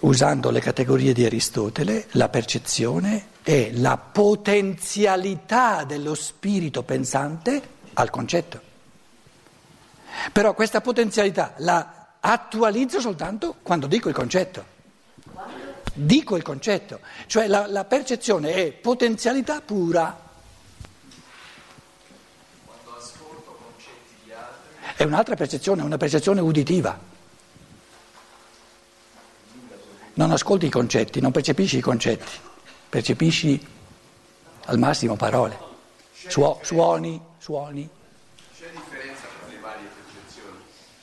usando le categorie di Aristotele, la percezione è la potenzialità dello spirito pensante al concetto. Però questa potenzialità la attualizzo soltanto quando dico il concetto. Dico il concetto, cioè la percezione è potenzialità pura. Quando ascolto concetti di altri. È un'altra percezione, una percezione uditiva. Non ascolti i concetti, non percepisci i concetti, percepisci al massimo parole, suoni. C'è differenza tra le varie percezioni?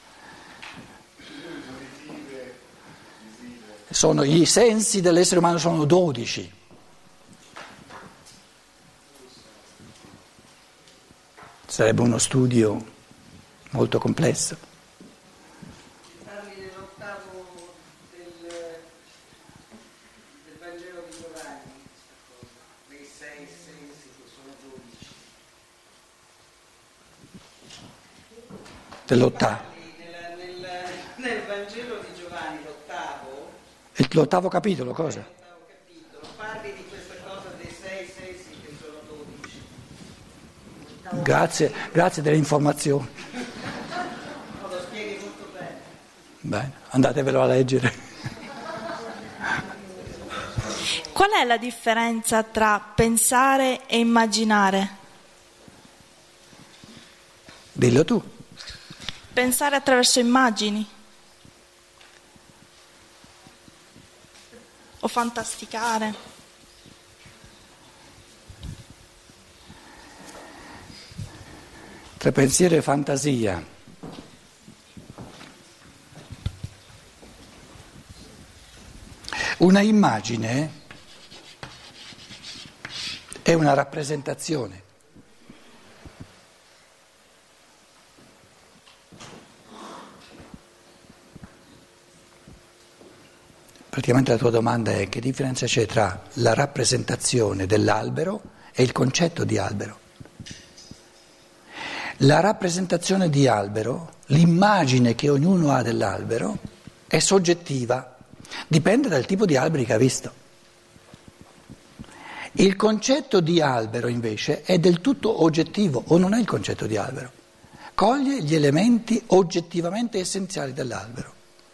Uditive, visive. I sensi dell'essere umano sono 12. Sarebbe uno studio molto complesso. Parli dell'ottavo del Vangelo di Giovanni, dei 6 sensi che sono 12. Dell'ottavo. Parli nel Vangelo di Giovanni, L'ottavo capitolo, cosa? l'ottavo capitolo, parli di questa cosa dei 6 sensi che sono 12. Grazie delle informazioni. Lo spieghi molto bene. Bene, andatevelo a leggere. Qual è la differenza tra pensare e immaginare? Dillo tu. Pensare attraverso immagini? O fantasticare? Tra pensiero e fantasia. Una immagine è una rappresentazione. Praticamente la tua domanda è: che differenza c'è tra la rappresentazione dell'albero e il concetto di albero? La rappresentazione di albero, l'immagine che ognuno ha dell'albero, è soggettiva, dipende dal tipo di alberi che ha visto. Il concetto di albero invece è del tutto oggettivo, o non è il concetto di albero, coglie gli elementi oggettivamente essenziali dell'albero.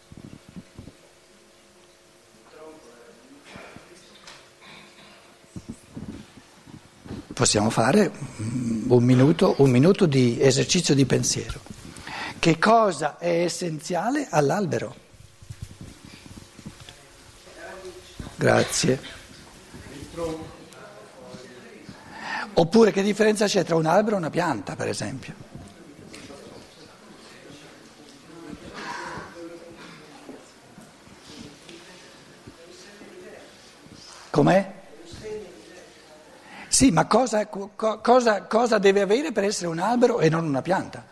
Possiamo fare un minuto di esercizio di pensiero. Che cosa è essenziale all'albero? Grazie. Oppure che differenza c'è tra un albero e una pianta, per esempio? Com'è? Sì, ma cosa deve avere per essere un albero e non una pianta?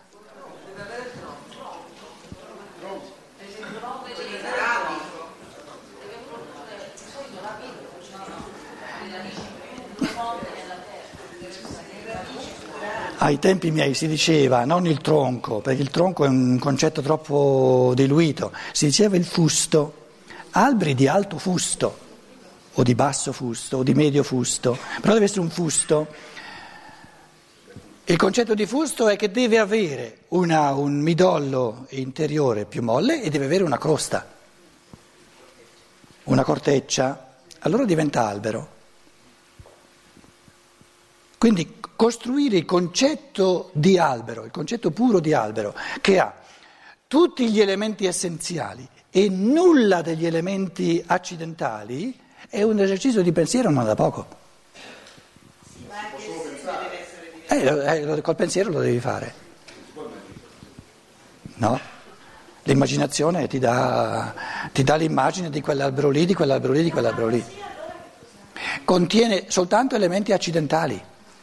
Ai tempi miei si diceva non il tronco, perché il tronco è un concetto troppo diluito, si diceva il fusto, alberi di alto fusto, o di basso fusto, o di medio fusto, però deve essere un fusto. Il concetto di fusto è che deve avere un midollo interiore più molle e deve avere una crosta, una corteccia, allora diventa albero. Quindi costruire il concetto di albero, il concetto puro di albero, che ha tutti gli elementi essenziali e nulla degli elementi accidentali, è un esercizio di pensiero non da poco. Sì, ma anche il seme deve essere diverso. Col pensiero lo devi fare. No? L'immaginazione ti dà l'immagine di quell'albero lì, di quell'albero lì, di quell'albero lì. Contiene soltanto elementi accidentali.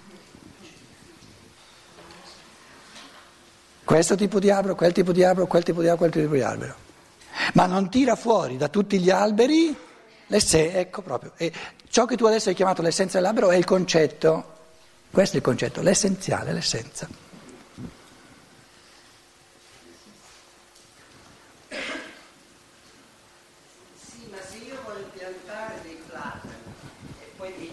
Questo tipo di albero, quel tipo di albero, quel tipo di albero, quel tipo di albero. Ma non tira fuori da tutti gli alberi ecco proprio. E ciò che tu adesso hai chiamato l'essenza dell'albero è il concetto. Questo è il concetto, l'essenziale, l'essenza. Sì, ma se io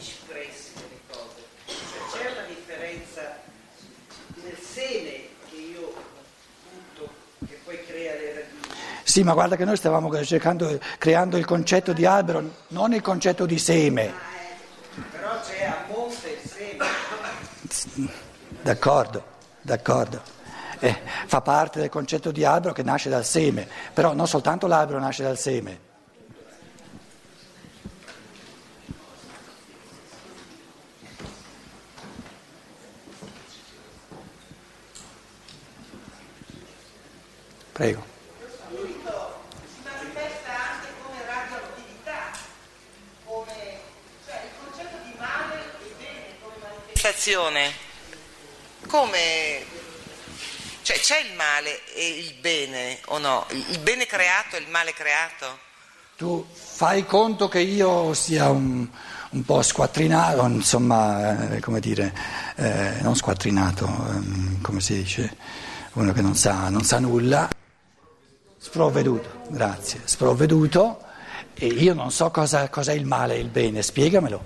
dispressi delle cose. Cioè, c'è una differenza nel seme che io butto, che poi crea le radici. Sì, ma guarda che noi stavamo creando il concetto di albero, non il concetto di seme. Però c'è a monte il seme. D'accordo. Fa parte del concetto di albero che nasce dal seme, però non soltanto l'albero nasce dal seme. Prego. Si manifesta anche come radioattività, cioè il concetto di male e bene come manifestazione. Cioè c'è il male e il bene o no? Il bene creato e il male creato? Tu fai conto che io sia un po' squattrinato, insomma, come dire, non squattrinato, come si dice, uno che non sa nulla. Sprovveduto, grazie, sprovveduto, e io non so cosa è il male e il bene, spiegamelo.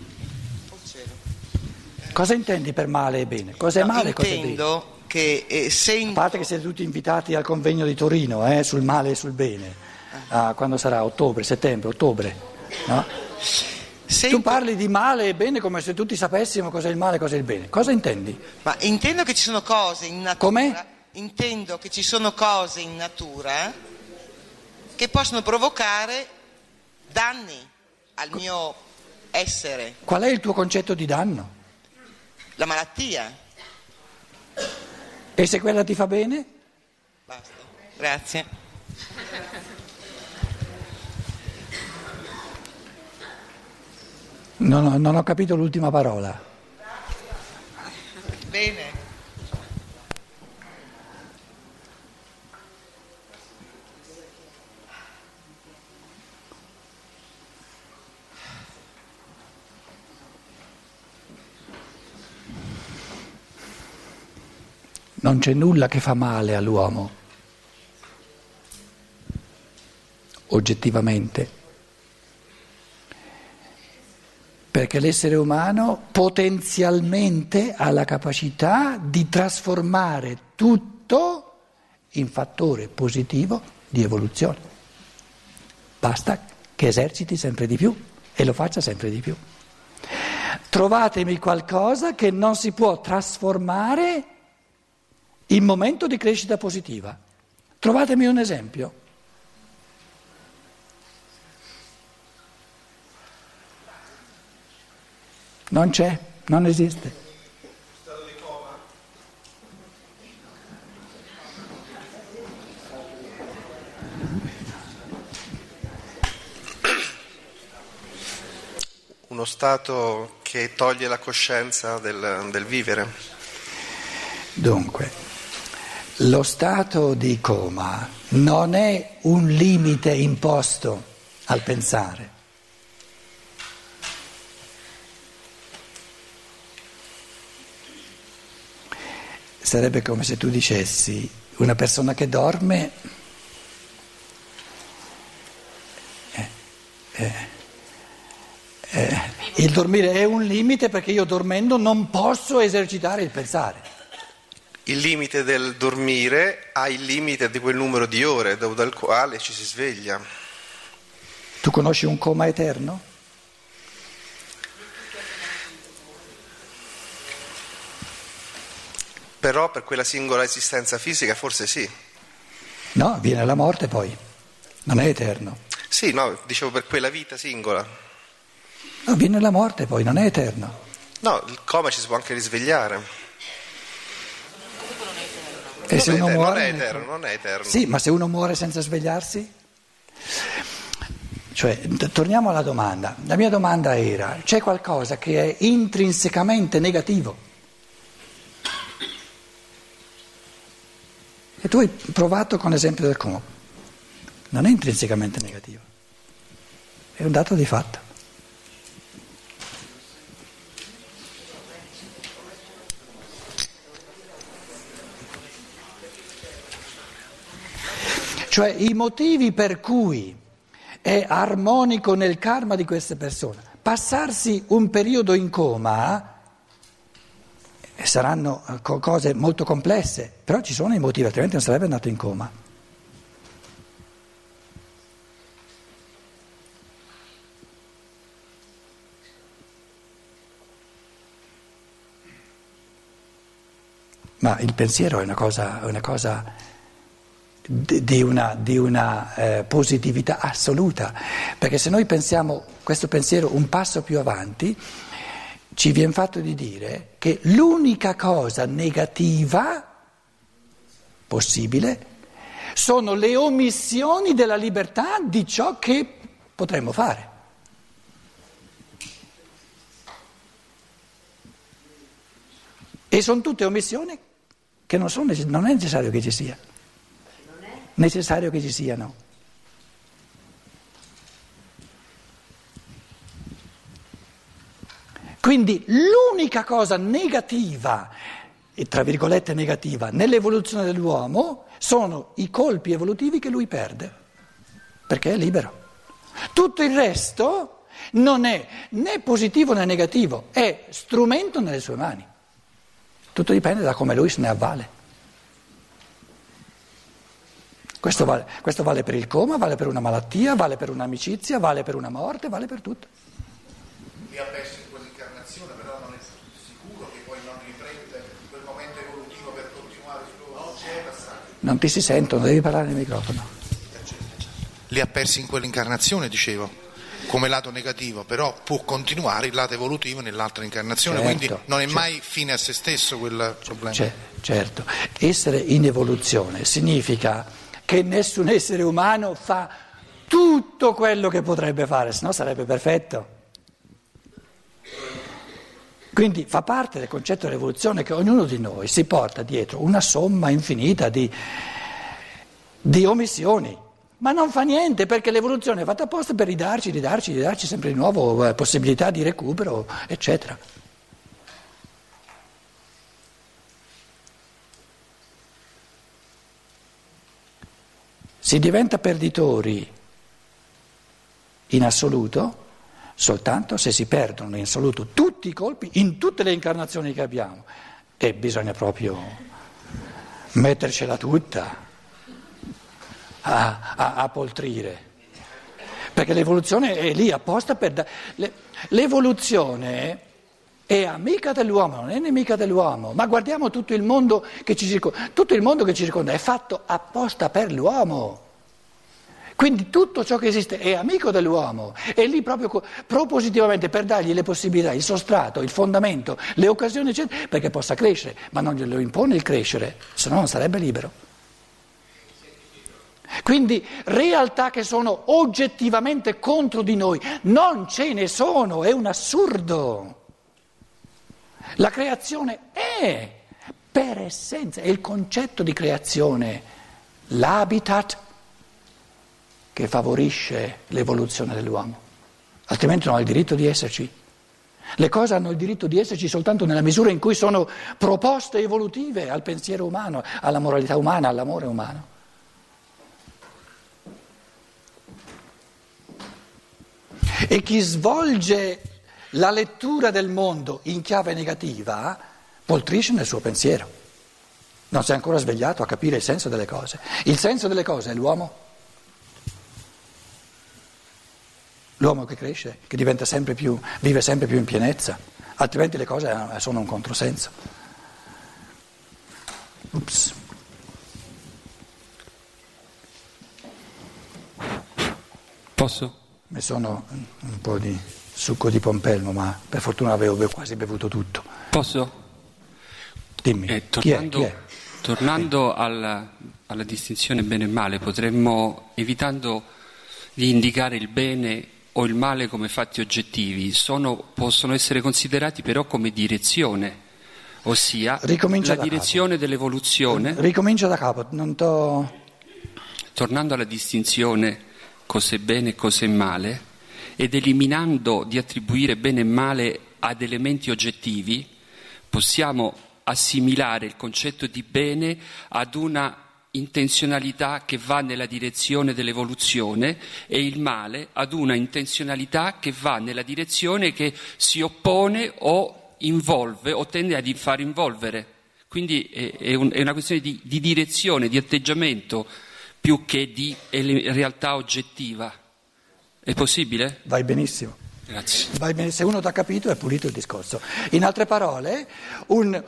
Cosa intendi per male e bene? Cos'è male e cos'è bene? Intendo che A parte che siete tutti invitati al convegno di Torino, sul male e sul bene, quando sarà? Ottobre, no? Tu parli di male e bene come se tutti sapessimo cos'è il male e cos'è il bene. Cosa intendi? Ma intendo che ci sono cose in natura. Com'è? Intendo che ci sono cose in natura che possono provocare danni al mio essere. Qual è il tuo concetto di danno? La malattia. E se quella ti fa bene? Basta. Grazie. Non ho capito l'ultima parola. Bene. Non c'è nulla che fa male all'uomo, oggettivamente, perché l'essere umano potenzialmente ha la capacità di trasformare tutto in fattore positivo di evoluzione. Basta che eserciti sempre di più e lo faccia sempre di più. Trovatemi qualcosa che non si può trasformare in momento di crescita positiva. Trovatemi un esempio. Non c'è, non esiste. Stato di coma. Uno stato che toglie la coscienza del vivere. Dunque, lo stato di coma non è un limite imposto al pensare. Sarebbe come se tu dicessi, una persona che dorme il dormire è un limite perché io dormendo non posso esercitare il pensare. Il limite del dormire ha il limite di quel numero di ore dal quale ci si sveglia. Tu conosci un coma eterno? Però per quella singola esistenza fisica forse sì. No, viene la morte poi, non è eterno. Sì, no, dicevo per quella vita singola. No, viene la morte poi, non è eterno. No, il coma ci si può anche risvegliare. E se uno muore... Non è eterno. Sì, ma se uno muore senza svegliarsi? Cioè, torniamo alla domanda. La mia domanda era, c'è qualcosa che è intrinsecamente negativo? E tu hai provato con l'esempio del coma. Non è intrinsecamente negativo, è un dato di fatto. Cioè i motivi per cui è armonico nel karma di queste persone passarsi un periodo in coma saranno cose molto complesse, però ci sono i motivi, altrimenti non sarebbe andato in coma. Ma il pensiero è una cosa di una positività assoluta, perché se noi pensiamo questo pensiero un passo più avanti, ci viene fatto di dire che l'unica cosa negativa possibile sono le omissioni della libertà di ciò che potremmo fare. E sono tutte omissioni che non è necessario che ci sia. Necessario che ci siano. Quindi l'unica cosa negativa, e tra virgolette negativa, nell'evoluzione dell'uomo sono i colpi evolutivi che lui perde, perché è libero. Tutto il resto non è né positivo né negativo, è strumento nelle sue mani. Tutto dipende da come lui se ne avvale. Questo vale per il coma, vale per una malattia, vale per un'amicizia, vale per una morte, vale per tutto. Li ha persi in quell'incarnazione, però non è sicuro che poi non riprende quel momento evolutivo per continuare il suo passaggio. Non ti si sentono, devi parlare nel microfono. Li ha persi in quell'incarnazione, dicevo, come lato negativo, però può continuare il lato evolutivo nell'altra incarnazione, quindi non è mai fine a se stesso quel problema. Certo, essere in evoluzione significa che nessun essere umano fa tutto quello che potrebbe fare, sennò sarebbe perfetto. Quindi fa parte del concetto dell'evoluzione che ognuno di noi si porta dietro una somma infinita di omissioni, ma non fa niente perché l'evoluzione è fatta apposta per ridarci sempre di nuovo possibilità di recupero, eccetera. Si diventa perditori in assoluto soltanto se si perdono in assoluto tutti i colpi in tutte le incarnazioni che abbiamo, e bisogna proprio mettercela tutta a poltrire, perché l'evoluzione è lì apposta per l'evoluzione è amica dell'uomo, non è nemica dell'uomo, ma guardiamo tutto il mondo che ci circonda, è fatto apposta per l'uomo. Quindi tutto ciò che esiste è amico dell'uomo, è lì proprio propositivamente per dargli le possibilità, il sostrato, il fondamento, le occasioni, eccetera, perché possa crescere, ma non glielo impone il crescere, se no non sarebbe libero. Quindi realtà che sono oggettivamente contro di noi, non ce ne sono, è un assurdo. La creazione è, per essenza, è il concetto di creazione, l'habitat che favorisce l'evoluzione dell'uomo, altrimenti non ha il diritto di esserci. Le cose hanno il diritto di esserci soltanto nella misura in cui sono proposte evolutive al pensiero umano, alla moralità umana, all'amore umano. E chi svolge la lettura del mondo in chiave negativa poltrisce nel suo pensiero. Non si è ancora svegliato a capire il senso delle cose. Il senso delle cose è l'uomo. L'uomo che cresce, che diventa vive sempre più in pienezza, altrimenti le cose sono un controsenso. Ups. Posso? Mi sono un po' di succo di pompelmo, ma per fortuna avevo quasi bevuto tutto. Posso? Dimmi, tornando alla distinzione bene e male, potremmo, evitando di indicare il bene o il male come fatti oggettivi, possono essere considerati però come direzione, ossia la direzione dell'evoluzione. Ricomincia da capo, Tornando alla distinzione cos'è bene e cos'è male, ed eliminando di attribuire bene e male ad elementi oggettivi, possiamo assimilare il concetto di bene ad una intenzionalità che va nella direzione dell'evoluzione e il male ad una intenzionalità che va nella direzione che si oppone o involve o tende a far involvere. Quindi è una questione di direzione, di atteggiamento, più che di realtà oggettiva. È possibile? Vai benissimo. Grazie. Vai bene, se uno ti ha capito è pulito il discorso. In altre parole, un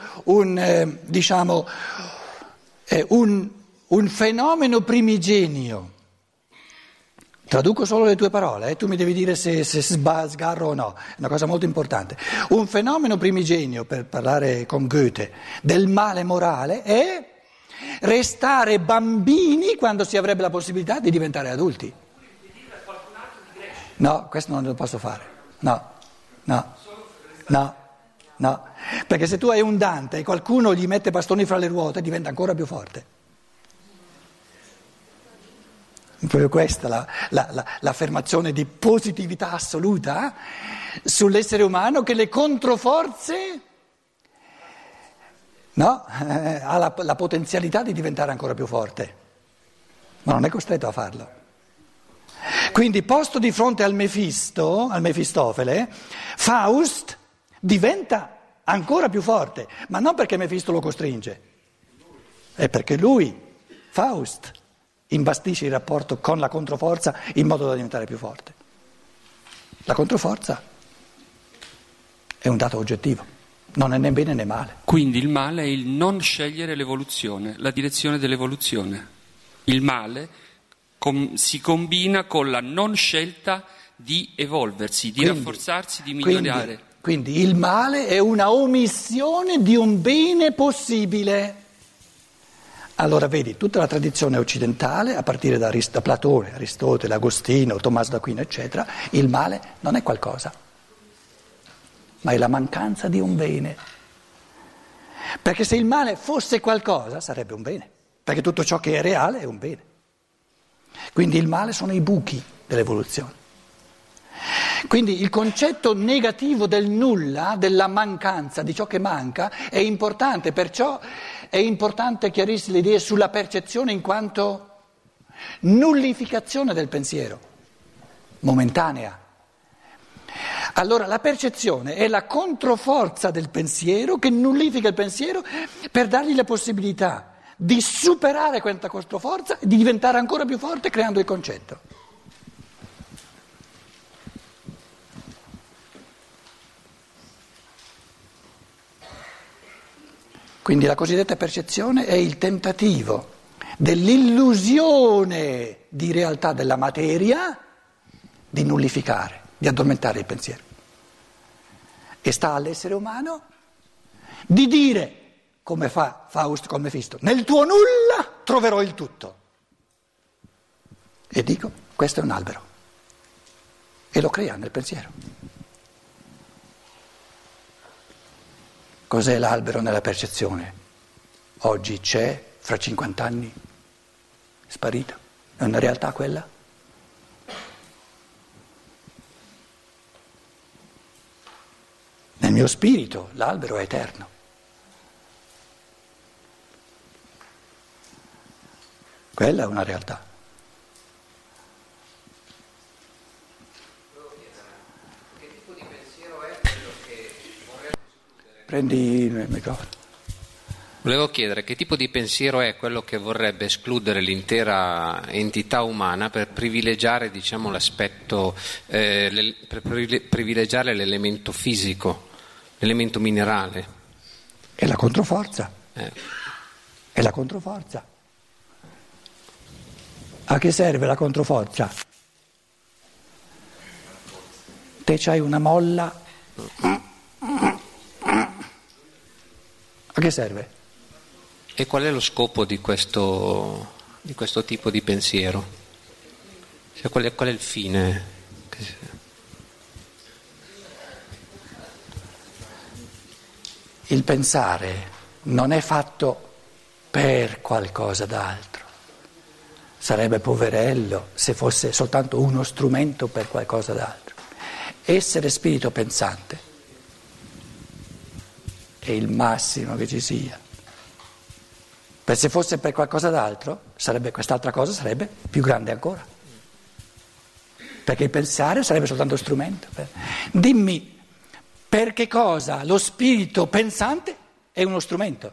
fenomeno primigenio, traduco solo le tue parole, tu mi devi dire se sgarro o no, è una cosa molto importante. Un fenomeno primigenio, per parlare con Goethe, del male morale è restare bambini quando si avrebbe la possibilità di diventare adulti. No, questo non lo posso fare, no, perché se tu hai un Dante e qualcuno gli mette bastoni fra le ruote diventa ancora più forte. Proprio questa l'affermazione di positività assoluta sull'essere umano, che le controforze ha la potenzialità di diventare ancora più forte, ma non è costretto a farlo. Quindi, posto di fronte al Mefistofele, Faust diventa ancora più forte, ma non perché Mefisto lo costringe, è perché lui, Faust, imbastisce il rapporto con la controforza in modo da diventare più forte. La controforza è un dato oggettivo, non è né bene né male. Quindi il male è il non scegliere l'evoluzione, la direzione dell'evoluzione. Il male si combina con la non scelta di evolversi, di rafforzarsi, di migliorare. Quindi il male è una omissione di un bene possibile. Allora vedi, tutta la tradizione occidentale, a partire da Platone, Aristotele, Agostino, Tommaso d'Aquino, eccetera, il male non è qualcosa, ma è la mancanza di un bene. Perché se il male fosse qualcosa sarebbe un bene, perché tutto ciò che è reale è un bene. Quindi il male sono i buchi dell'evoluzione. Quindi il concetto negativo del nulla, della mancanza, di ciò che manca, è importante, perciò è importante chiarirsi le idee sulla percezione in quanto nullificazione del pensiero, momentanea. Allora la percezione è la controforza del pensiero che nullifica il pensiero per dargli la possibilità di superare questa controforza e di diventare ancora più forte creando il concetto. Quindi la cosiddetta percezione è il tentativo dell'illusione di realtà della materia di nullificare, di addormentare il pensiero. E sta all'essere umano di dire, come fa Faust con Mefisto, nel tuo nulla troverò il tutto. E dico, questo è un albero. E lo crea nel pensiero. Cos'è l'albero nella percezione? Oggi c'è, fra 50 anni, sparito. È una realtà quella? Nel mio spirito l'albero è eterno. Quella è una realtà. Che tipo di pensiero è quello che vorrebbe escludere? Prendi il microfono. Volevo chiedere che tipo di pensiero è quello che vorrebbe escludere l'intera entità umana per privilegiare, diciamo, l'aspetto, per privilegiare l'elemento fisico, l'elemento minerale. È la controforza. È la controforza. A che serve la controforza? Te c'hai una molla. A che serve? E qual è lo scopo di questo tipo di pensiero? Cioè, qual è il fine? Il pensare non è fatto per qualcosa d'altro. Sarebbe poverello se fosse soltanto uno strumento per qualcosa d'altro. Essere spirito pensante è il massimo che ci sia. Se fosse per qualcosa d'altro, quest'altra cosa sarebbe più grande ancora. Perché il pensare sarebbe soltanto strumento. Dimmi, per che cosa lo spirito pensante è uno strumento?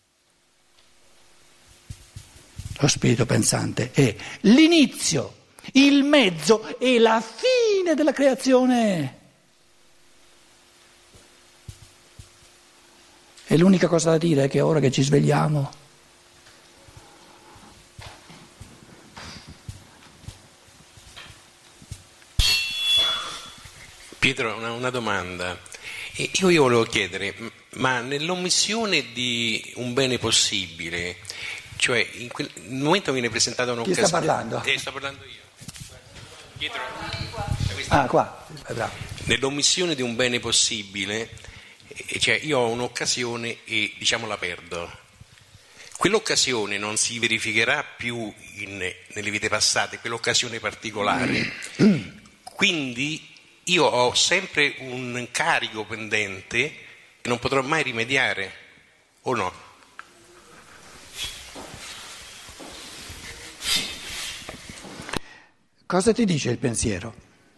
Lo spirito pensante è l'inizio, il mezzo e la fine della creazione. E l'unica cosa da dire è che ora che ci svegliamo, Pietro, una domanda. Io volevo chiedere, ma nell'omissione di un bene possibile, cioè nel momento viene presentata un'occasione... Chi sta parlando? Sto parlando io. Pietro. Qua. Bravo. Nell'omissione di un bene possibile, cioè io ho un'occasione e diciamo la perdo. Quell'occasione non si verificherà più nelle vite passate, quell'occasione particolare. Quindi io ho sempre un carico pendente che non potrò mai rimediare, o no? Cosa ti dice il pensiero?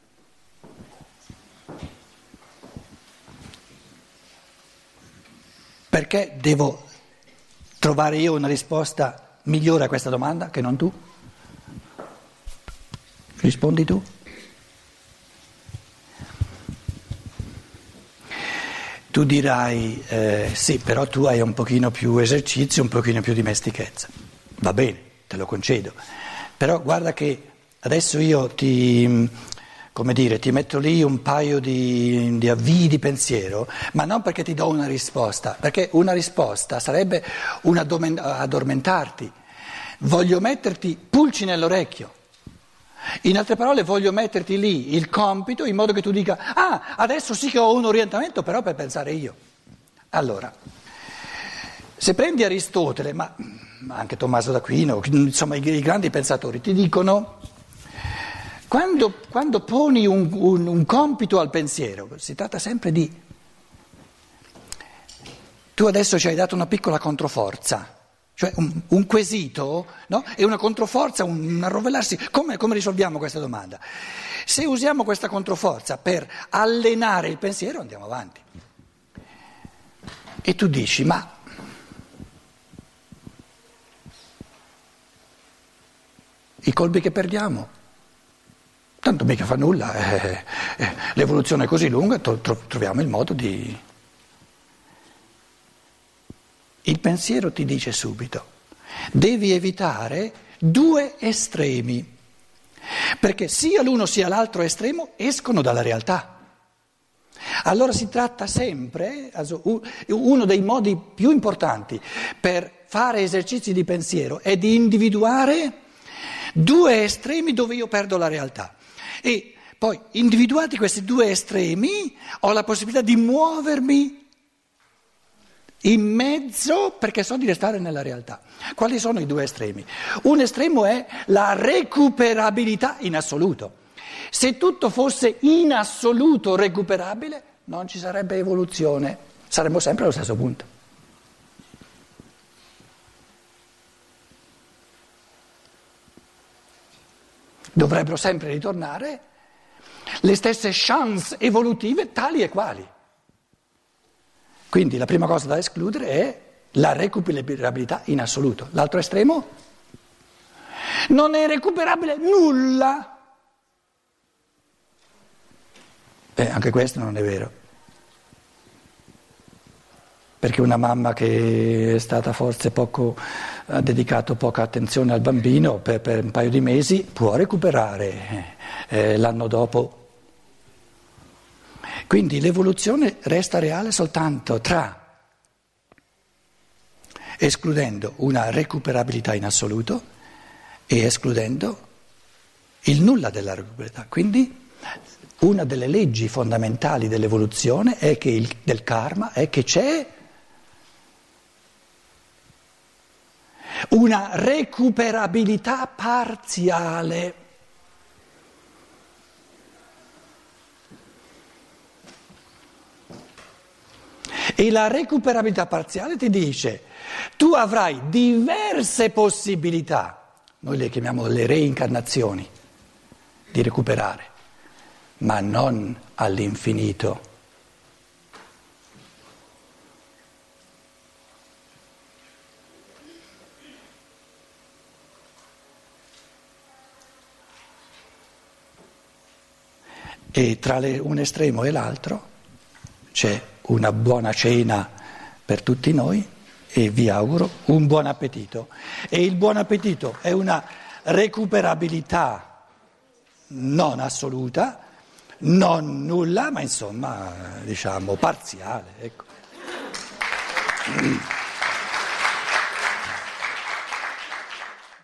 Perché devo trovare io una risposta migliore a questa domanda che non tu? Rispondi tu? Tu dirai, sì, però tu hai un pochino più esercizio, un pochino più dimestichezza. Va bene, te lo concedo. Però guarda che adesso io ti metto lì un paio di avvii di pensiero, ma non perché ti do una risposta, perché una risposta sarebbe addormentarti. Voglio metterti pulci nell'orecchio. In altre parole, voglio metterti lì il compito in modo che tu dica, adesso sì che ho un orientamento, però per pensare io. Allora, se prendi Aristotele, ma anche Tommaso d'Aquino, insomma i grandi pensatori, ti dicono, quando poni un compito al pensiero, si tratta sempre di, tu adesso ci hai dato una piccola controforza. Cioè un quesito, no? E una controforza, un arrovellarsi. Come risolviamo questa domanda? Se usiamo questa controforza per allenare il pensiero andiamo avanti. E tu dici, ma i colpi che perdiamo? Tanto mica fa nulla, l'evoluzione è così lunga, troviamo il modo di... Il pensiero ti dice subito, devi evitare due estremi, perché sia l'uno sia l'altro estremo escono dalla realtà. Allora si tratta sempre, uno dei modi più importanti per fare esercizi di pensiero è di individuare due estremi dove io perdo la realtà. E poi, individuati questi due estremi, ho la possibilità di muovermi in mezzo perché so di restare nella realtà. Quali sono i due estremi? Un estremo è la recuperabilità in assoluto. Se tutto fosse in assoluto recuperabile, non ci sarebbe evoluzione, saremmo sempre allo stesso punto. Dovrebbero sempre ritornare le stesse chance evolutive tali e quali. Quindi la prima cosa da escludere è la recuperabilità in assoluto. L'altro estremo? Non è recuperabile nulla. Anche questo non è vero. Perché una mamma che è stata forse ha dedicato poca attenzione al bambino per un paio di mesi può recuperare l'anno dopo. Quindi l'evoluzione resta reale soltanto escludendo una recuperabilità in assoluto e escludendo il nulla della recuperabilità. Quindi una delle leggi fondamentali dell'evoluzione è che del karma è che c'è una recuperabilità parziale. E la recuperabilità parziale ti dice, tu avrai diverse possibilità, noi le chiamiamo le reincarnazioni, di recuperare, ma non all'infinito. E tra un estremo e l'altro c'è una buona cena per tutti noi e vi auguro un buon appetito. E il buon appetito è una recuperabilità non assoluta, non nulla, ma insomma, diciamo, parziale. Ecco.